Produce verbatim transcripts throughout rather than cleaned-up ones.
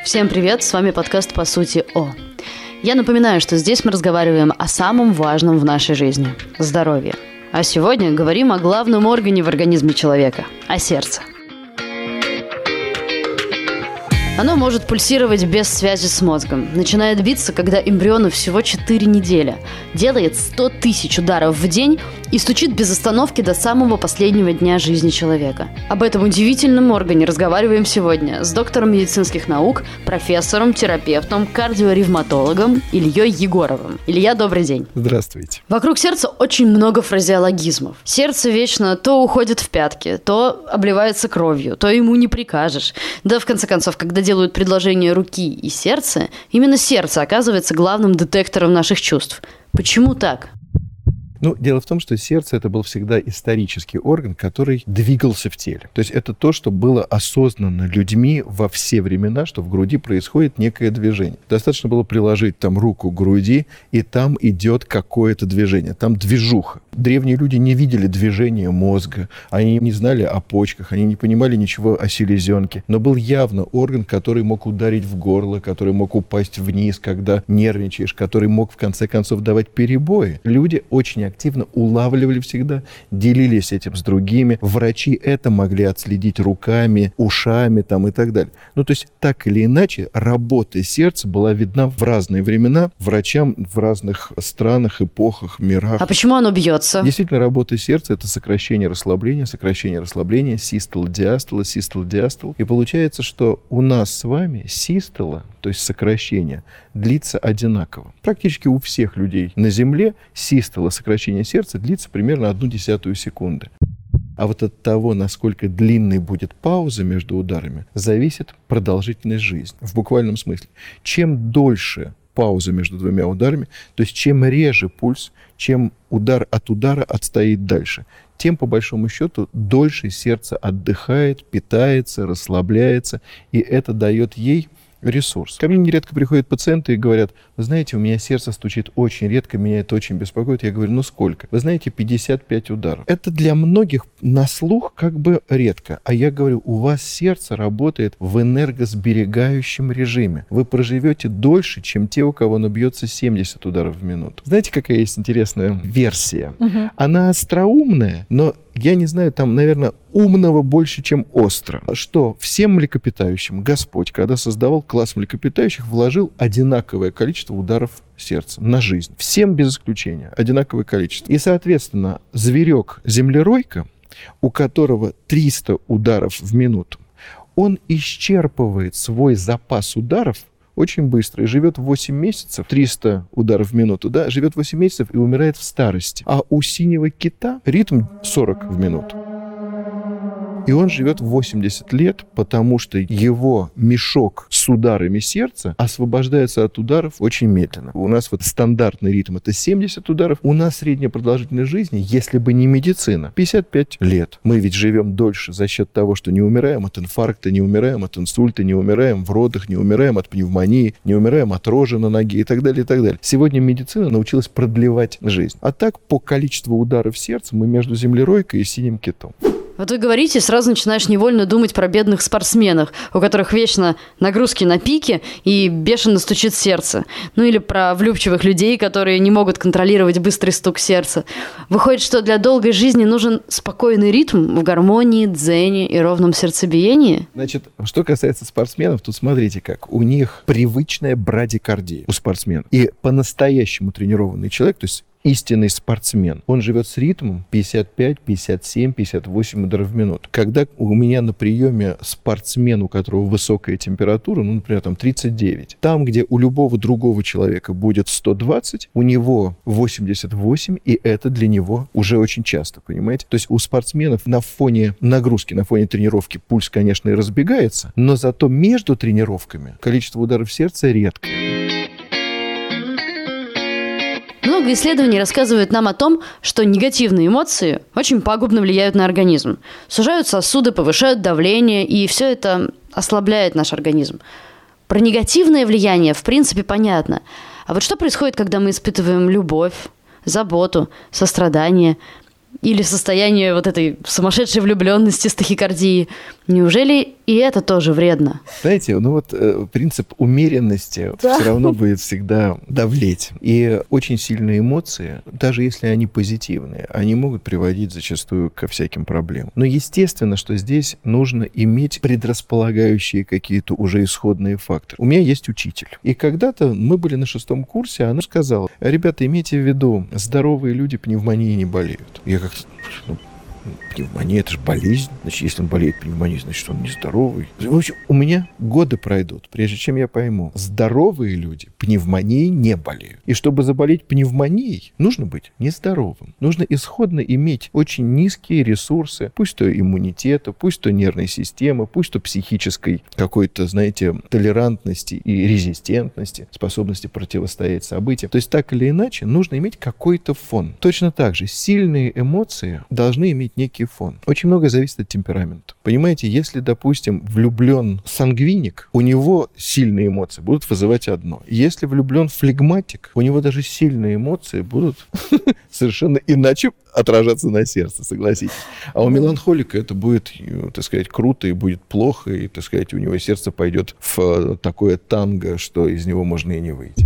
Всем привет, с вами подкаст «По сути О». Я напоминаю, что здесь мы разговариваем о самом важном в нашей жизни – здоровье. А сегодня говорим о главном органе в организме человека – о сердце. Оно может пульсировать без связи с мозгом. Начинает биться, когда эмбриону всего четыре недели. Делает сто тысяч ударов в день и стучит без остановки до самого последнего дня жизни человека. Об этом удивительном органе разговариваем сегодня с доктором медицинских наук, профессором, терапевтом, кардиоревматологом Ильей Егоровым. Илья, добрый день. Здравствуйте. Вокруг сердца очень много фразеологизмов. Сердце вечно то уходит в пятки, то обливается кровью, то ему не прикажешь. Да, в конце концов, когда делают предложение руки и сердца, именно сердце оказывается главным детектором наших чувств. Почему так? Ну, дело в том, что сердце – это был всегда исторический орган, который двигался в теле. То есть это то, что было осознанно людьми во все времена, что в груди происходит некое движение. Достаточно было приложить там руку к груди, и там идет какое-то движение, там движуха. Древние люди не видели движения мозга, они не знали о почках, они не понимали ничего о селезенке. Но был явно орган, который мог ударить в горло, который мог упасть вниз, когда нервничаешь, который мог в конце концов давать перебои. Люди очень активно улавливали всегда, делились этим с другими. Врачи это могли отследить руками, ушами там, и так далее. Ну, то есть, так или иначе, работа сердца была видна в разные времена врачам в разных странах, эпохах, мирах. А почему оно бьется? Действительно, работа сердца – это сокращение расслабления, сокращение расслабления, систола, диастола, систола, диастола. И получается, что у нас с вами систола, то есть сокращение, длится одинаково. Практически у всех людей на Земле систола, сокращение сердца, длится примерно одну десятую секунды. А вот от того, насколько длинной будет пауза между ударами, зависит продолжительность жизни. В буквальном смысле. Чем дольше пауза между двумя ударами, то есть чем реже пульс, чем удар от удара отстоит дальше, тем, по большому счету, дольше сердце отдыхает, питается, расслабляется, и это дает ей ресурс. Ко мне нередко приходят пациенты и говорят: вы знаете, у меня сердце стучит очень редко, меня это очень беспокоит. Я говорю: ну сколько? Вы знаете, пятьдесят пять ударов. Это для многих на слух как бы редко. А я говорю: у вас сердце работает в энергосберегающем режиме. Вы проживете дольше, чем те, у кого оно бьется семьдесят ударов в минуту. Знаете, какая есть интересная версия? Угу. Она остроумная, но я не знаю, там, наверное, умного больше, чем остро. Что всем млекопитающим Господь, когда создавал класс млекопитающих, вложил одинаковое количество ударов сердца на жизнь. Всем без исключения одинаковое количество. И, соответственно, зверек-землеройка, у которого триста ударов в минуту, он исчерпывает свой запас ударов очень быстро и живет восемь месяцев, триста ударов в минуту, да, живет восемь месяцев и умирает в старости. А у синего кита ритм сорок в минуту. И он живет восемьдесят лет, потому что его мешок с ударами сердца освобождается от ударов очень медленно. У нас вот стандартный ритм — это семьдесят ударов. У нас средняя продолжительность жизни, если бы не медицина, пятьдесят пять лет. Мы ведь живем дольше за счет того, что не умираем от инфаркта, не умираем от инсульта, не умираем в родах, не умираем от пневмонии, не умираем от рожи на ноге и так далее, и так далее. Сегодня медицина научилась продлевать жизнь. А так, по количеству ударов сердца мы между землеройкой и синим китом. Вот вы говорите, сразу начинаешь невольно думать про бедных спортсменов, у которых вечно нагрузки на пике и бешено стучит сердце. Ну или про влюбчивых людей, которые не могут контролировать быстрый стук сердца. Выходит, что для долгой жизни нужен спокойный ритм в гармонии, дзене и ровном сердцебиении? Значит, что касается спортсменов, тут смотрите как. У них привычная брадикардия у спортсменов. И по-настоящему тренированный человек, то есть истинный спортсмен, он живет с ритмом пятьдесят пять, пятьдесят семь, пятьдесят восемь ударов в минуту. Когда у меня на приеме спортсмен, у которого высокая температура, ну, например, там тридцать девять, там, где у любого другого человека будет сто двадцать, у него восемьдесят восемь, и это для него уже очень часто, понимаете? То есть у спортсменов на фоне нагрузки, на фоне тренировки пульс, конечно, и разбегается, но зато между тренировками количество ударов сердца редкое. Много исследований рассказывают нам о том, что негативные эмоции очень пагубно влияют на организм. Сужают сосуды, повышают давление, и все это ослабляет наш организм. Про негативное влияние, в принципе, понятно. А вот что происходит, когда мы испытываем любовь, заботу, сострадание? или состояние вот этой сумасшедшей влюбленности с тахикардией. Неужели и это тоже вредно? Знаете, ну вот э, принцип умеренности да. все равно будет всегда давлеть. И очень сильные эмоции, даже если они позитивные, они могут приводить зачастую ко всяким проблемам. Но естественно, что здесь нужно иметь предрасполагающие какие-то уже исходные факторы. У меня есть учитель. И когда-то мы были на шестом курсе, она сказала: ребята, имейте в виду, здоровые люди пневмонией не болеют. Я как-то... Ну, пневмония – это же болезнь. Значит, если он болеет пневмонией, значит, он нездоровый. В общем, у меня годы пройдут, прежде чем я пойму. Здоровые люди пневмонией не болеют. И чтобы заболеть пневмонией, нужно быть нездоровым. Нужно исходно иметь очень низкие ресурсы, пусть то иммунитета, пусть то нервной системы, пусть то психической какой-то, знаете, толерантности и резистентности, способности противостоять событиям. То есть, так или иначе, нужно иметь какой-то фон. Точно так же сильные эмоции должны иметь некий фон. Очень многое зависит от темперамента. Понимаете, если, допустим, влюблен сангвиник, у него сильные эмоции будут вызывать одно. Если влюблен флегматик, у него даже сильные эмоции будут совершенно иначе отражаться на сердце, согласитесь. А у меланхолика это будет, так сказать, круто и будет плохо, и, так сказать, у него сердце пойдет в такое танго, что из него можно и не выйти.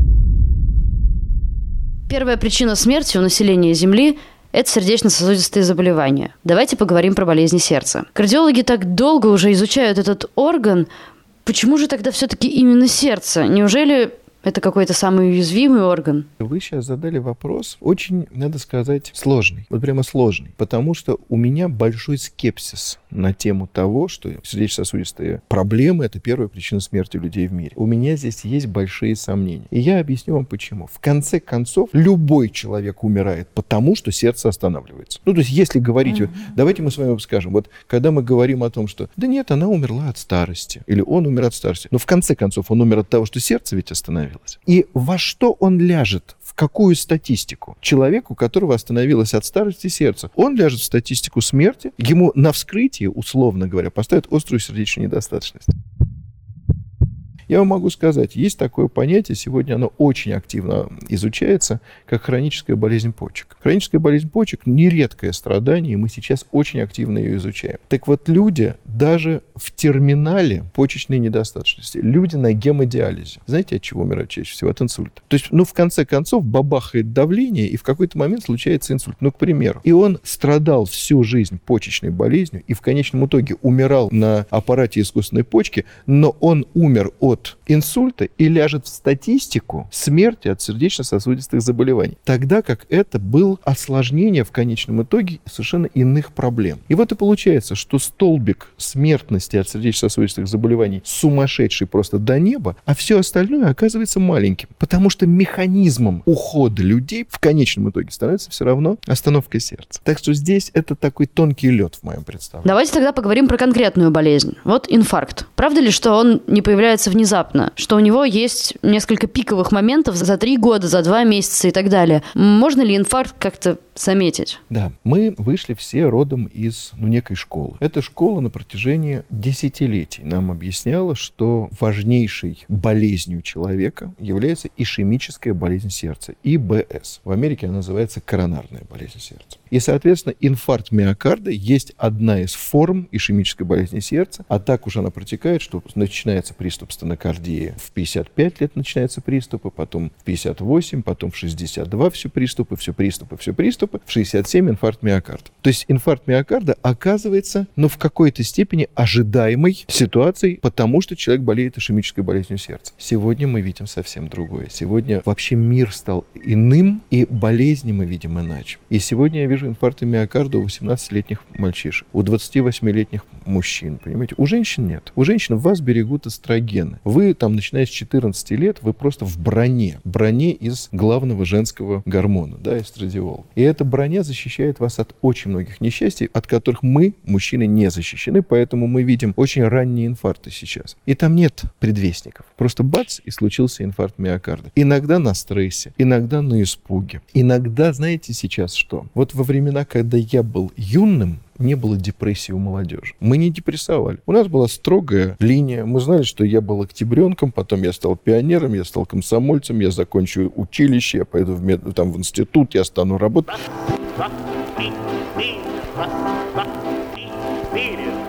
Первая причина смерти у населения Земли – это сердечно-сосудистые заболевания. Давайте поговорим про болезни сердца. Кардиологи так долго уже изучают этот орган. Почему же тогда все-таки именно сердце? Неужели это какой-то самый уязвимый орган? Вы сейчас задали вопрос очень, надо сказать, сложный. Вот прямо сложный. Потому что у меня большой скепсис на тему того, что сердечно-сосудистые проблемы – это первая причина смерти людей в мире. У меня здесь есть большие сомнения. И я объясню вам почему. В конце концов, любой человек умирает потому, что сердце останавливается. Ну, то есть, если говорить... Mm-hmm. Давайте мы с вами скажем. Вот, когда мы говорим о том, что да нет, она умерла от старости. Или он умер от старости. Но в конце концов, он умер от того, что сердце ведь остановилось. И во что он ляжет? В какую статистику? Человек, у которого остановилось от старости сердце, он ляжет в статистику смерти, ему на вскрытии, условно говоря, поставят острую сердечную недостаточность. Я вам могу сказать, есть такое понятие, сегодня оно очень активно изучается, как хроническая болезнь почек. Хроническая болезнь почек – нередкое страдание, и мы сейчас очень активно ее изучаем. Так вот, люди даже в терминале почечной недостаточности, люди на гемодиализе, знаете, от чего умирают чаще всего? От инсульта. То есть, ну, в конце концов, бабахает давление, и в какой-то момент случается инсульт. Ну, к примеру. И он страдал всю жизнь почечной болезнью, и в конечном итоге умирал на аппарате искусственной почки, но он умер от инсульта и ляжет в статистику смерти от сердечно-сосудистых заболеваний. Тогда как это было осложнение в конечном итоге совершенно иных проблем. И вот и получается, что столбик смертности от сердечно-сосудистых заболеваний сумасшедший просто до неба, а все остальное оказывается маленьким. Потому что механизмом ухода людей в конечном итоге становится все равно остановка сердца. Так что здесь это такой тонкий лед в моем представлении. Давайте тогда поговорим про конкретную болезнь. Вот инфаркт. Правда ли, что он не появляется внезапно? Внезапно, что у него есть несколько пиковых моментов за три года, за два месяца и так далее. Можно ли инфаркт как-то заметить? Да, мы вышли все родом из ну, некой школы. Эта школа на протяжении десятилетий нам объясняла, что важнейшей болезнью человека является ишемическая болезнь сердца, И Б С. В Америке она называется коронарная болезнь сердца. И, соответственно, инфаркт миокарда есть одна из форм ишемической болезни сердца, а так уж она протекает, что начинается приступ стенокардии в пятьдесят пять лет начинаются приступы, потом в пятьдесят восемь, потом в шестьдесят два все приступы, все приступы, все приступы, в шестьдесят семь инфаркт миокарда. То есть инфаркт миокарда оказывается, ну, в какой-то степени ожидаемой ситуацией, потому что человек болеет ишемической болезнью сердца. Сегодня мы видим совсем другое. Сегодня вообще мир стал иным, и болезни мы видим иначе. И сегодня я вижу инфаркты миокарда у восемнадцатилетних мальчишек, у двадцативосьмилетних мужчин, понимаете? У женщин нет. У женщин вас берегут эстрогены. Вы там, начиная с четырнадцати лет, вы просто в броне. Броне из главного женского гормона, да, эстрадиола. И эта броня защищает вас от очень многих несчастий, от которых мы, мужчины, не защищены, поэтому мы видим очень ранние инфаркты сейчас. И там нет предвестников. Просто бац, и случился инфаркт миокарда. Иногда на стрессе, иногда на испуге. Иногда, знаете, сейчас что? Вот во времена, когда я был юным, не было депрессии у молодежи. Мы не депрессовали. У нас была строгая линия. Мы знали, что я был октябренком, потом я стал пионером, я стал комсомольцем, я закончу училище, я пойду в, мед... там, в институт, я стану работать.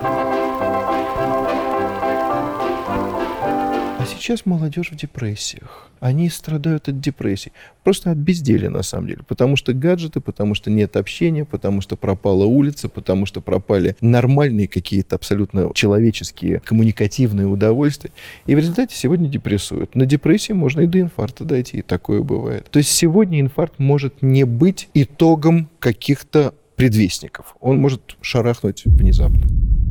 А сейчас молодежь в депрессиях. Они страдают от депрессии. Просто от безделия, на самом деле. Потому что гаджеты, потому что нет общения, потому что пропала улица, потому что пропали нормальные какие-то абсолютно человеческие коммуникативные удовольствия. И в результате сегодня депрессуют. На депрессии можно и до инфаркта дойти, и такое бывает. То есть сегодня инфаркт может не быть итогом каких-то предвестников. Он может шарахнуть внезапно.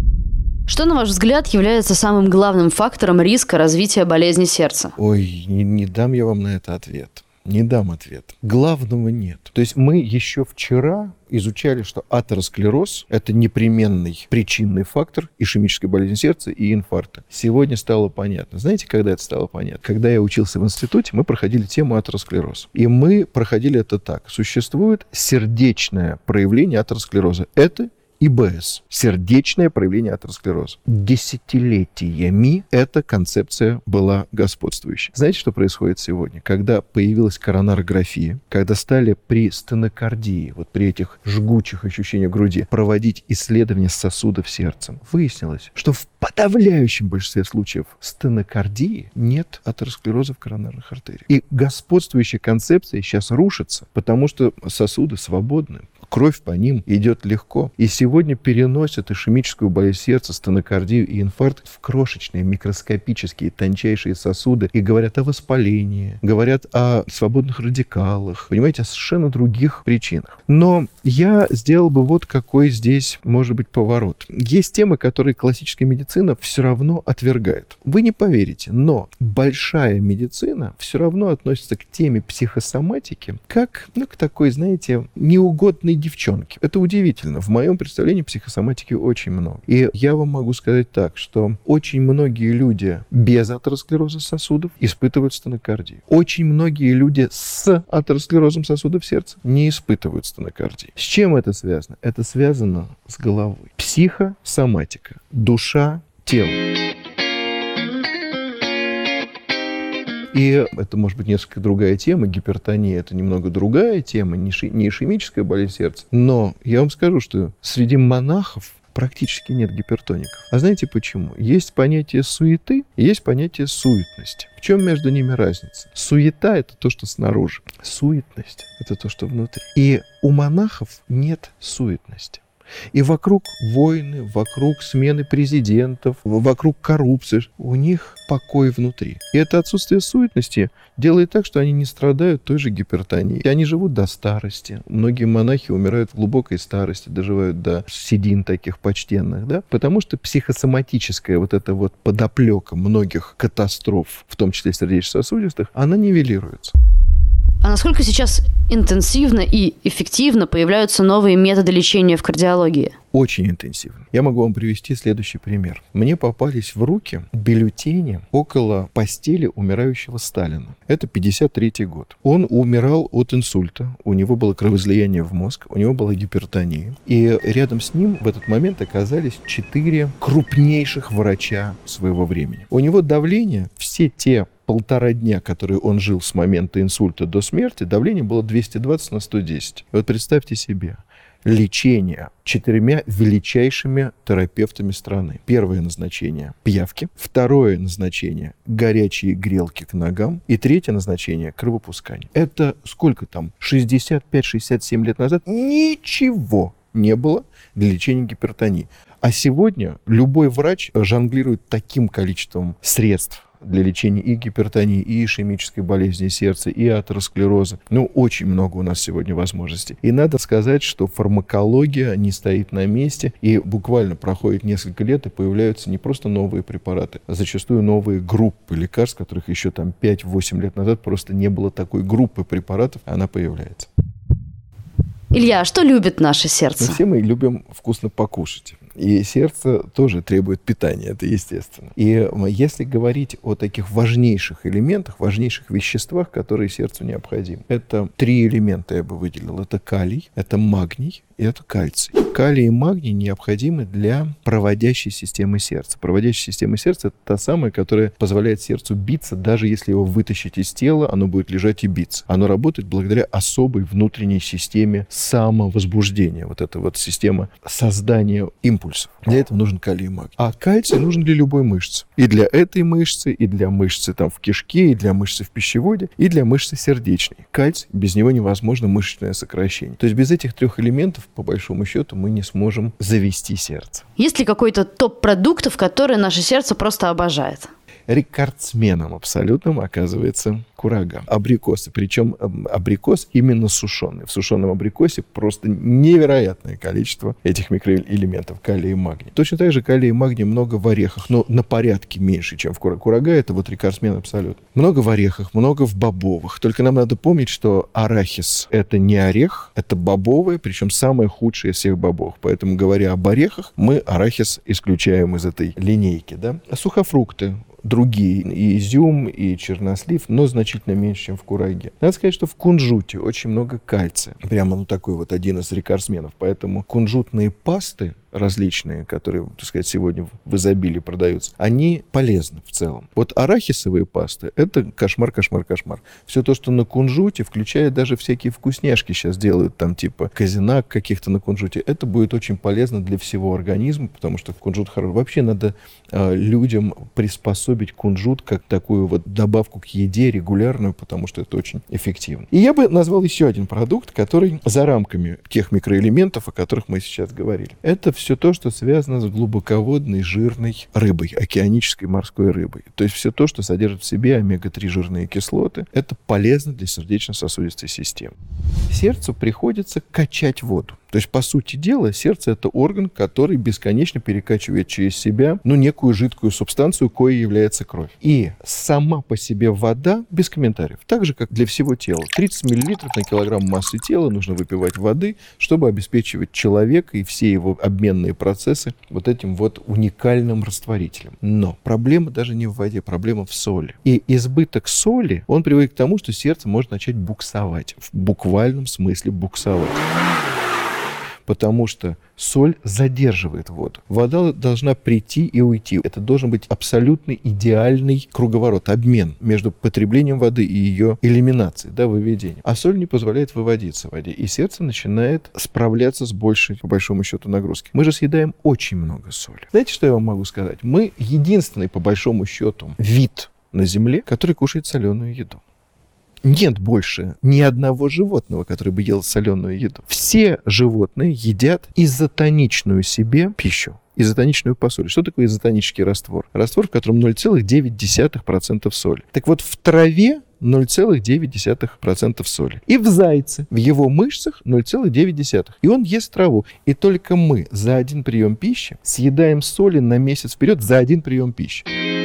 Что, на ваш взгляд, является самым главным фактором риска развития болезни сердца? Ой, не, не дам я вам на это ответ. Не дам ответ. Главного нет. То есть мы еще вчера изучали, что атеросклероз – это непременный причинный фактор ишемической болезни сердца и инфаркта. Сегодня стало понятно. Знаете, когда это стало понятно? Когда я учился в институте, мы проходили тему атеросклероз. И мы проходили это так. Существует сердечное проявление атеросклероза. Это и бэ эс – сердечное проявление атеросклероза. Десятилетиями эта концепция была господствующей. Знаете, что происходит сегодня? Когда появилась коронарография, когда стали при стенокардии, вот при этих жгучих ощущениях в груди, проводить исследования сосудов сердца, выяснилось, что в подавляющем большинстве случаев стенокардии нет атеросклероза в коронарных артериях. И господствующая концепция сейчас рушится, потому что сосуды свободны. Кровь по ним идет легко. И сегодня переносят ишемическую болезнь сердца, стенокардию и инфаркт в крошечные, микроскопические, тончайшие сосуды и говорят о воспалении, говорят о свободных радикалах, понимаете, о совершенно других причинах. Но я сделал бы вот какой здесь может быть поворот. Есть темы, которые классическая медицина все равно отвергает. Вы не поверите, но большая медицина все равно относится к теме психосоматики как, ну, к такой, знаете, неугодной девчонки. Это удивительно. В моем представлении психосоматики очень много. И я вам могу сказать так, что очень многие люди без атеросклероза сосудов испытывают стенокардию. Очень многие люди с атеросклерозом сосудов сердца не испытывают стенокардии. С чем это связано? Это связано с головой. Психосоматика. Душа, тело. И это, может быть, несколько другая тема. Гипертония – это немного другая тема, не ишемическая болезнь сердца. Но я вам скажу, что среди монахов практически нет гипертоников. А знаете почему? Есть понятие суеты, есть понятие суетности. В чем между ними разница? Суета – это то, что снаружи. Суетность – это то, что внутри. И у монахов нет суетности. И вокруг войны, вокруг смены президентов, вокруг коррупции. У них покой внутри. И это отсутствие суетности делает так, что они не страдают той же гипертонией. И они живут до старости. Многие монахи умирают в глубокой старости, доживают до седин таких почтенных, да? Потому что психосоматическая вот эта вот подоплека многих катастроф, в том числе сердечно-сосудистых, она нивелируется. А насколько сейчас интенсивно и эффективно появляются новые методы лечения в кардиологии? Очень интенсивно. Я могу вам привести следующий пример. Мне попались в руки бюллетени около постели умирающего Сталина. Это пятьдесят третий год. Он умирал от инсульта, у него было кровоизлияние в мозг, у него была гипертония. И рядом с ним в этот момент оказались четыре крупнейших врача своего времени. У него давление, все те полтора дня, которые он жил с момента инсульта до смерти, давление было двести двадцать на сто десять. И вот представьте себе, лечение четырьмя величайшими терапевтами страны. Первое назначение – пиявки. Второе назначение – горячие грелки к ногам. И третье назначение – кровопускание. Это сколько там? шестьдесят пять - шестьдесят семь лет назад ничего не было для лечения гипертонии. А сегодня любой врач жонглирует таким количеством средств для лечения и гипертонии, и ишемической болезни сердца, и атеросклероза. Ну, очень много у нас сегодня возможностей. И надо сказать, что фармакология не стоит на месте, и буквально проходит несколько лет, и появляются не просто новые препараты, а зачастую новые группы лекарств, которых еще там пять-восемь лет назад просто не было такой группы препаратов, она появляется. Илья, а что любит наше сердце? Ну, все мы любим вкусно покушать. И сердце тоже требует питания, это естественно. И если говорить о таких важнейших элементах, важнейших веществах, которые сердцу необходимы, это три элемента я бы выделил. Это калий, это магний и это кальций. Калий и магний необходимы для проводящей системы сердца. Проводящая система сердца – это та самая, которая позволяет сердцу биться, даже если его вытащить из тела, оно будет лежать и биться. Оно работает благодаря особой внутренней системе самовозбуждения. Вот эта вот система создания импульсов. Для этого нужен калий и магний. А кальций нужен для любой мышцы. И для этой мышцы, и для мышцы там в кишке, и для мышцы в пищеводе, и для мышцы сердечной. Кальций, без него невозможно мышечное сокращение. То есть без этих трех элементов, по большому счету, мы не сможем завести сердце. Есть ли какой-то топ продуктов, которые наше сердце просто обожает? Рекордсменом абсолютным оказывается курага. Абрикосы. Причем абрикос именно сушеный. В сушеном абрикосе просто невероятное количество этих микроэлементов калия и магния. Точно так же калия и магния много в орехах, но на порядке меньше, чем в кураге. Курага — это вот рекордсмен абсолютно. Много в орехах, много в бобовых. Только нам надо помнить, что арахис — это не орех, это бобовое, причем самое худшее из всех бобовых. Поэтому, говоря об орехах, мы арахис исключаем из этой линейки. Да? А сухофрукты другие, и изюм, и чернослив, но значительно меньше, чем в кураге. Надо сказать, что в кунжуте очень много кальция. Прямо, ну, такой вот один из рекордсменов. Поэтому кунжутные пасты различные, которые, так сказать, сегодня в изобилии продаются, они полезны в целом. Вот арахисовые пасты — это кошмар, кошмар, кошмар. Все то, что на кунжуте, включая даже всякие вкусняшки сейчас делают, там типа казинак каких-то на кунжуте, это будет очень полезно для всего организма, потому что кунжут хороший. Вообще надо э, людям приспособить кунжут как такую вот добавку к еде регулярную, потому что это очень эффективно. И я бы назвал еще один продукт, который за рамками тех микроэлементов, о которых мы сейчас говорили. Это все то, что связано с глубоководной жирной рыбой, океанической морской рыбой. То есть все то, что содержит в себе омега три жирные кислоты, это полезно для сердечно-сосудистой системы. Сердцу приходится качать воду. То есть, по сути дела, сердце — это орган, который бесконечно перекачивает через себя, ну, некую жидкую субстанцию, коей является кровь. И сама по себе вода, без комментариев, так же, как для всего тела. тридцать миллилитров на килограмм массы тела нужно выпивать воды, чтобы обеспечивать человека и все его обменные процессы вот этим вот уникальным растворителем. Но проблема даже не в воде, проблема в соли. И избыток соли, он приводит к тому, что сердце может начать буксовать. В буквальном смысле буксовать. Потому что соль задерживает воду. Вода должна прийти и уйти. Это должен быть абсолютно идеальный круговорот, обмен между потреблением воды и ее элиминацией, да, выведением. А соль не позволяет выводиться в воде. И сердце начинает справляться с большей, по большому счету, нагрузкой. Мы же съедаем очень много соли. Знаете, что я вам могу сказать? Мы единственный, по большому счету, вид на Земле, который кушает соленую еду. Нет больше ни одного животного, который бы ел соленую еду. Все животные едят изотоничную себе пищу. Изотоничную посоль. Что такое изотонический раствор? Раствор, в котором ноль целых девять десятых процента соли. Так вот, в траве ноль целых девять десятых процента соли. И в зайце, в его мышцах ноль целых девять десятых. И он ест траву. И только мы за один прием пищи съедаем соли на месяц вперед за один прием пищи.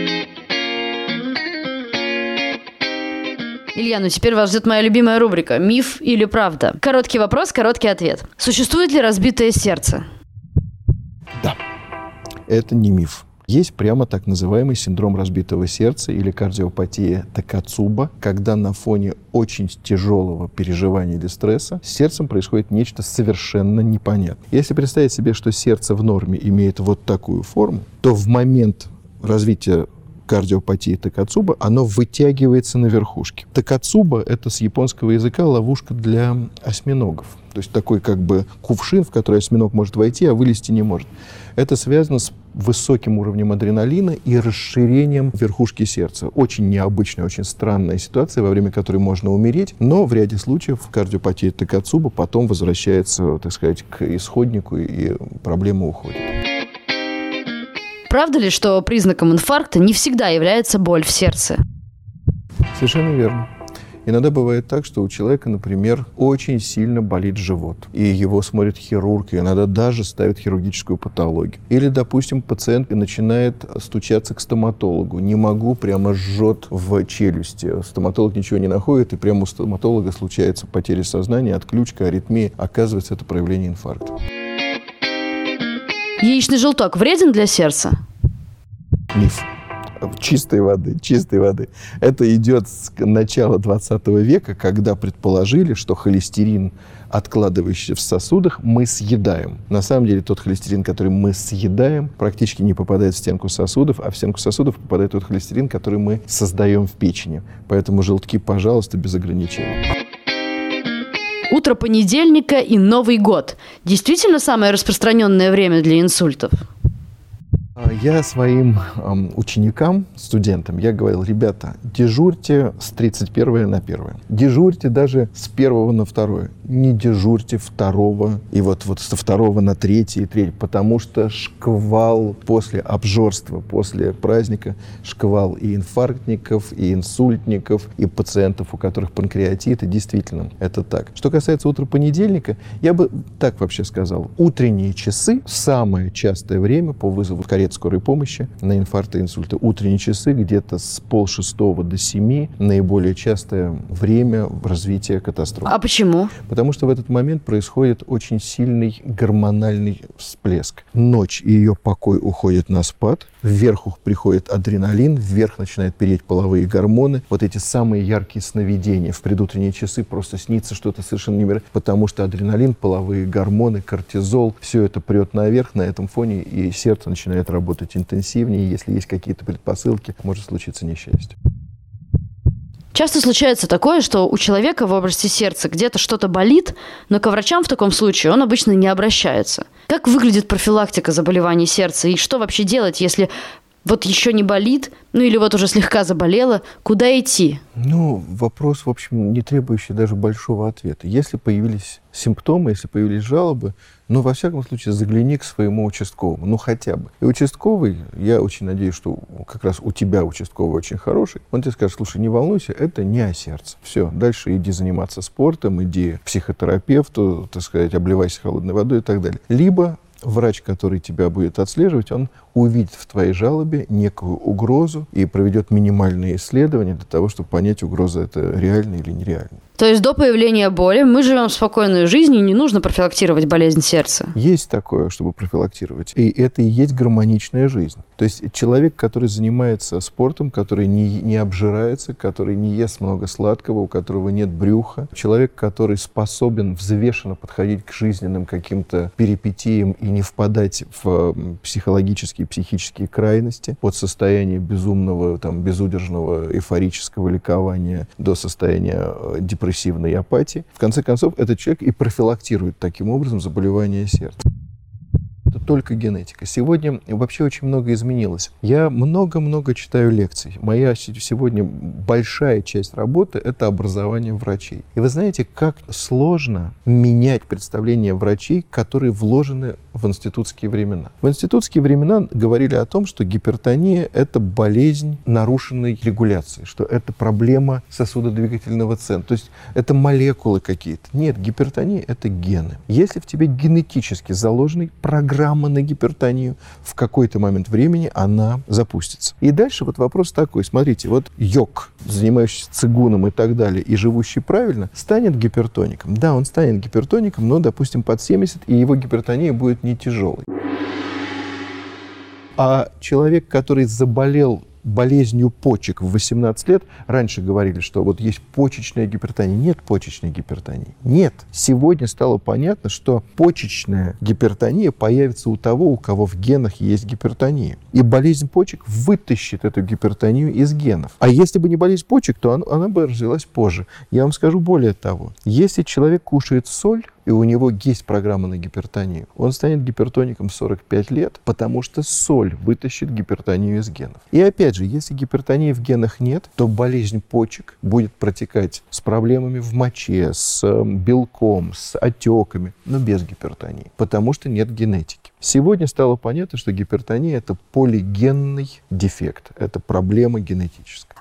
Илья, ну теперь вас ждет моя любимая рубрика «Миф или правда?». Короткий вопрос, короткий ответ. Существует ли разбитое сердце? Да, это не миф. Есть прямо так называемый синдром разбитого сердца или кардиопатия Такацуба, когда на фоне очень тяжелого переживания или стресса с сердцем происходит нечто совершенно непонятное. Если представить себе, что сердце в норме имеет вот такую форму, то в момент развития кардиопатии Такацуба, оно вытягивается на верхушке. Такацуба — это с японского языка ловушка для осьминогов. То есть такой как бы кувшин, в который осьминог может войти, а вылезти не может. Это связано с высоким уровнем адреналина и расширением верхушки сердца. Очень необычная, очень странная ситуация, во время которой можно умереть, но в ряде случаев кардиопатия Такацуба потом возвращается, так сказать, к исходнику, и проблема уходит. Правда ли, что признаком инфаркта не всегда является боль в сердце? Совершенно верно. Иногда бывает так, что у человека, например, очень сильно болит живот, и его смотрит хирург, и иногда даже ставит хирургическую патологию. Или, допустим, пациент начинает стучаться к стоматологу. Не могу, прямо жжет в челюсти. Стоматолог ничего не находит, и прямо у стоматолога случается потеря сознания, отключка, аритмия. Оказывается, это проявление инфаркта. Яичный желток вреден для сердца? Миф. Чистой воды, чистой воды. Это идет с начала двадцатого века, когда предположили, что холестерин, откладывающийся в сосудах, мы съедаем. На самом деле тот холестерин, который мы съедаем, практически не попадает в стенку сосудов, а в стенку сосудов попадает тот холестерин, который мы создаем в печени. Поэтому желтки, пожалуйста, без ограничений. Утро понедельника и Новый год. Действительно самое распространенное время для инсультов? Я своим эм, ученикам, студентам, я говорил: ребята, дежурьте с тридцать первого на первое. Дежурьте даже с первого на второе. Не дежурьте второго и вот, вот со второго на третье и третье, потому что шквал после обжорства, после праздника, шквал и инфарктников, и инсультников, и пациентов, у которых панкреатит, и действительно, это так. Что касается утра понедельника, я бы так вообще сказал. Утренние часы – самое частое время по вызову в карет скорой помощи на инфаркт и инсульты. Утренние часы где-то с полшестого до семи наиболее частое время развития катастрофы. А почему? Потому что в этот момент происходит очень сильный гормональный всплеск. Ночь и ее покой уходят на спад, вверх приходит адреналин, вверх начинают переть половые гормоны. Вот эти самые яркие сновидения в предутренние часы, просто снится что-то совершенно невероятное, потому что адреналин, половые гормоны, кортизол, все это прет наверх на этом фоне, и сердце начинает работать интенсивнее. Если есть какие-то предпосылки, может случиться несчастье. Часто случается такое, что у человека в области сердца где-то что-то болит, но к врачам в таком случае он обычно не обращается. Как выглядит профилактика заболеваний сердца и что вообще делать, если вот еще не болит, ну или вот уже слегка заболело, куда идти? Ну, вопрос, в общем, не требующий даже большого ответа. Если появились симптомы, если появились жалобы, ну, во всяком случае, загляни к своему участковому, ну, хотя бы. И участковый, я очень надеюсь, что как раз у тебя участковый очень хороший, он тебе скажет: слушай, не волнуйся, это не о сердце. Все, дальше иди заниматься спортом, иди к психотерапевту, так сказать, обливайся холодной водой и так далее. Либо врач, который тебя будет отслеживать, он увидит в твоей жалобе некую угрозу и проведет минимальные исследования для того, чтобы понять, угроза это реальная или нереальная. То есть до появления боли мы живем спокойной жизнью, и не нужно профилактировать болезнь сердца? Есть такое, чтобы профилактировать. И это и есть гармоничная жизнь. То есть человек, который занимается спортом, который не, не обжирается, который не ест много сладкого, у которого нет брюха, человек, который способен взвешенно подходить к жизненным каким-то перипетиям и не впадать в психологические, психические крайности от состояния безумного, там, безудержного эйфорического ликования до состояния депрессивной апатии. В конце концов, этот человек и профилактирует таким образом заболевания сердца. Это только генетика. Сегодня вообще очень много изменилось. Я много-много читаю лекций. Моя сегодня большая часть работы – это образование врачей. И вы знаете, как сложно менять представления врачей, которые вложены в институтские времена. В институтские времена говорили о том, что гипертония – это болезнь нарушенной регуляции, что это проблема сосудодвигательного центра, то есть это молекулы какие-то. Нет, гипертония – это гены. Если в тебе генетически заложена программа на гипертонию, в какой-то момент времени она запустится. И дальше вот вопрос такой. Смотрите, вот йог, занимающийся цигуном и так далее, и живущий правильно, станет гипертоником. Да, он станет гипертоником, но, допустим, под семьдесят, и его гипертония будет не тяжелой. А человек, который заболел болезнью почек в восемнадцать лет, раньше говорили, что вот есть почечная гипертония. Нет почечной гипертонии. Нет. Сегодня стало понятно, что почечная гипертония появится у того, у кого в генах есть гипертония. И болезнь почек вытащит эту гипертонию из генов. А если бы не болезнь почек, то она, она бы развилась позже. Я вам скажу более того. Если человек кушает соль, и у него есть программа на гипертонию, он станет гипертоником в сорок пять лет, потому что соль вытащит гипертонию из генов. И опять же, если гипертонии в генах нет, то болезнь почек будет протекать с проблемами в моче, с белком, с отеками, но без гипертонии, потому что нет генетики. Сегодня стало понятно, что гипертония – это полигенный дефект, это проблема генетическая.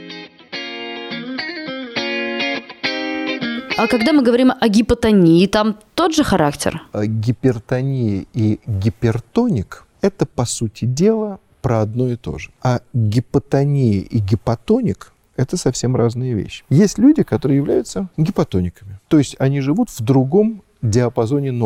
А когда мы говорим о гипотонии, там тот же характер? Гипертония и гипертоник – это, по сути дела, про одно и то же. А гипотония и гипотоник – это совсем разные вещи. Есть люди, которые являются гипотониками. То есть они живут в другом диапазоне нормы.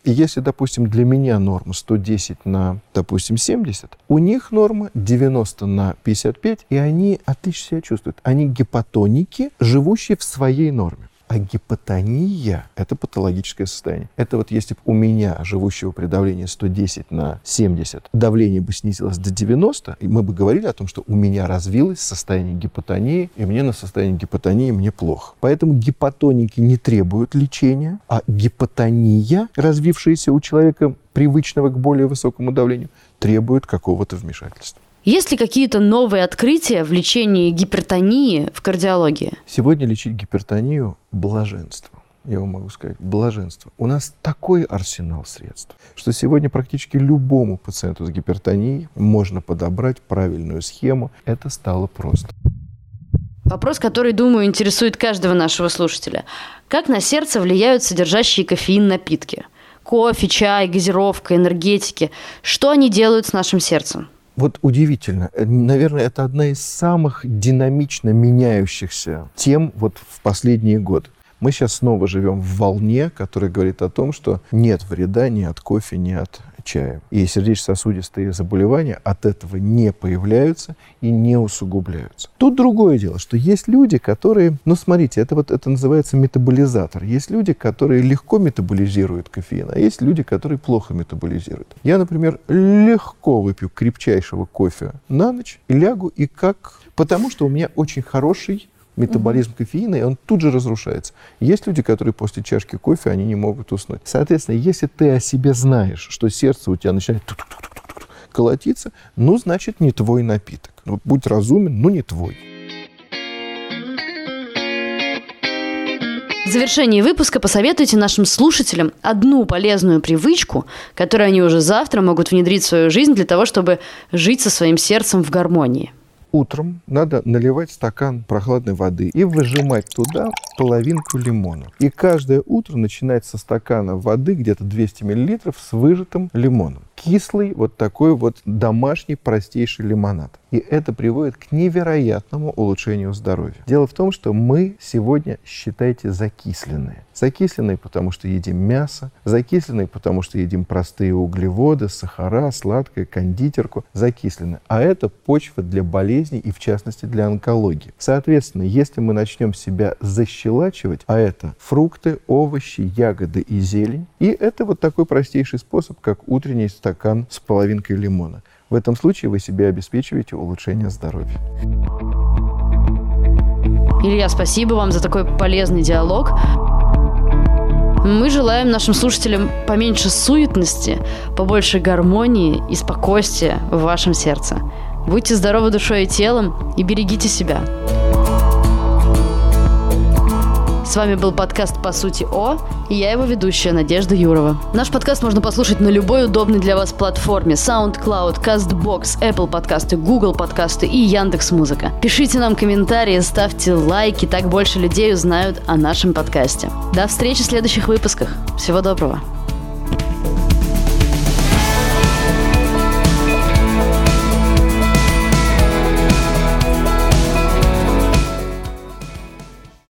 И если, допустим, для меня норма сто десять на, допустим, семьдесят, у них норма девяносто на пятьдесят пять, и они отлично себя чувствуют. Они гипотоники, живущие в своей норме. А гипотония – это патологическое состояние. Это вот если бы у меня, живущего при давлении сто десять на семьдесят, давление бы снизилось до девяноста, и мы бы говорили о том, что у меня развилось состояние гипотонии, и мне на состоянии гипотонии мне плохо. Поэтому гипотоники не требуют лечения, а гипотония, развившаяся у человека, привычного к более высокому давлению, требует какого-то вмешательства. Есть ли какие-то новые открытия в лечении гипертонии в кардиологии? Сегодня лечить гипертонию – блаженство. Я вам могу сказать, блаженство. У нас такой арсенал средств, что сегодня практически любому пациенту с гипертонией можно подобрать правильную схему. Это стало просто. Вопрос, который, думаю, интересует каждого нашего слушателя. Как на сердце влияют содержащие кофеин напитки? Кофе, чай, газировка, энергетики. Что они делают с нашим сердцем? Вот удивительно. Наверное, это одна из самых динамично меняющихся тем вот в последние годы. Мы сейчас снова живем в волне, которая говорит о том, что нет вреда ни от кофе, ни от чая. И сердечно-сосудистые заболевания от этого не появляются и не усугубляются. Тут другое дело, что есть люди, которые, ну смотрите, это вот это называется метаболизатор. Есть люди, которые легко метаболизируют кофеин, а есть люди, которые плохо метаболизируют. Я, например, легко выпью крепчайшего кофе на ночь и лягу, и как... Потому что у меня очень хороший метаболизм кофеина, и он тут же разрушается. Есть люди, которые после чашки кофе, они не могут уснуть. Соответственно, если ты о себе знаешь, что сердце у тебя начинает колотиться, ну, значит, не твой напиток. Ну, будь разумен, но не твой. В завершении выпуска посоветуйте нашим слушателям одну полезную привычку, которую они уже завтра могут внедрить в свою жизнь для того, чтобы жить со своим сердцем в гармонии. Утром надо наливать стакан прохладной воды и выжимать туда половинку лимона. И каждое утро начинать со стакана воды, где-то двести миллилитров, с выжатым лимоном. Кислый, вот такой вот домашний простейший лимонад. И это приводит к невероятному улучшению здоровья. Дело в том, что мы сегодня, считайте, закисленные. Закисленные, потому что едим мясо, закисленные, потому что едим простые углеводы, сахара, сладкое, кондитерку. Закисленные. А это почва для болезней и, в частности, для онкологии. Соответственно, если мы начнем себя защелачивать, а это фрукты, овощи, ягоды и зелень, и это вот такой простейший способ, как утренний стакан с половинкой лимона. В этом случае вы себе обеспечиваете улучшение здоровья. Илья, спасибо вам за такой полезный диалог. Мы желаем нашим слушателям поменьше суетности, побольше гармонии и спокойствия в вашем сердце. Будьте здоровы душой и телом и берегите себя. С вами был подкаст «По сути О», и я его ведущая Надежда Юрова. Наш подкаст можно послушать на любой удобной для вас платформе: SoundCloud, CastBox, Apple подкасты, Google подкасты и Яндекс.Музыка. Пишите нам комментарии, ставьте лайки, так больше людей узнают о нашем подкасте. До встречи в следующих выпусках. Всего доброго.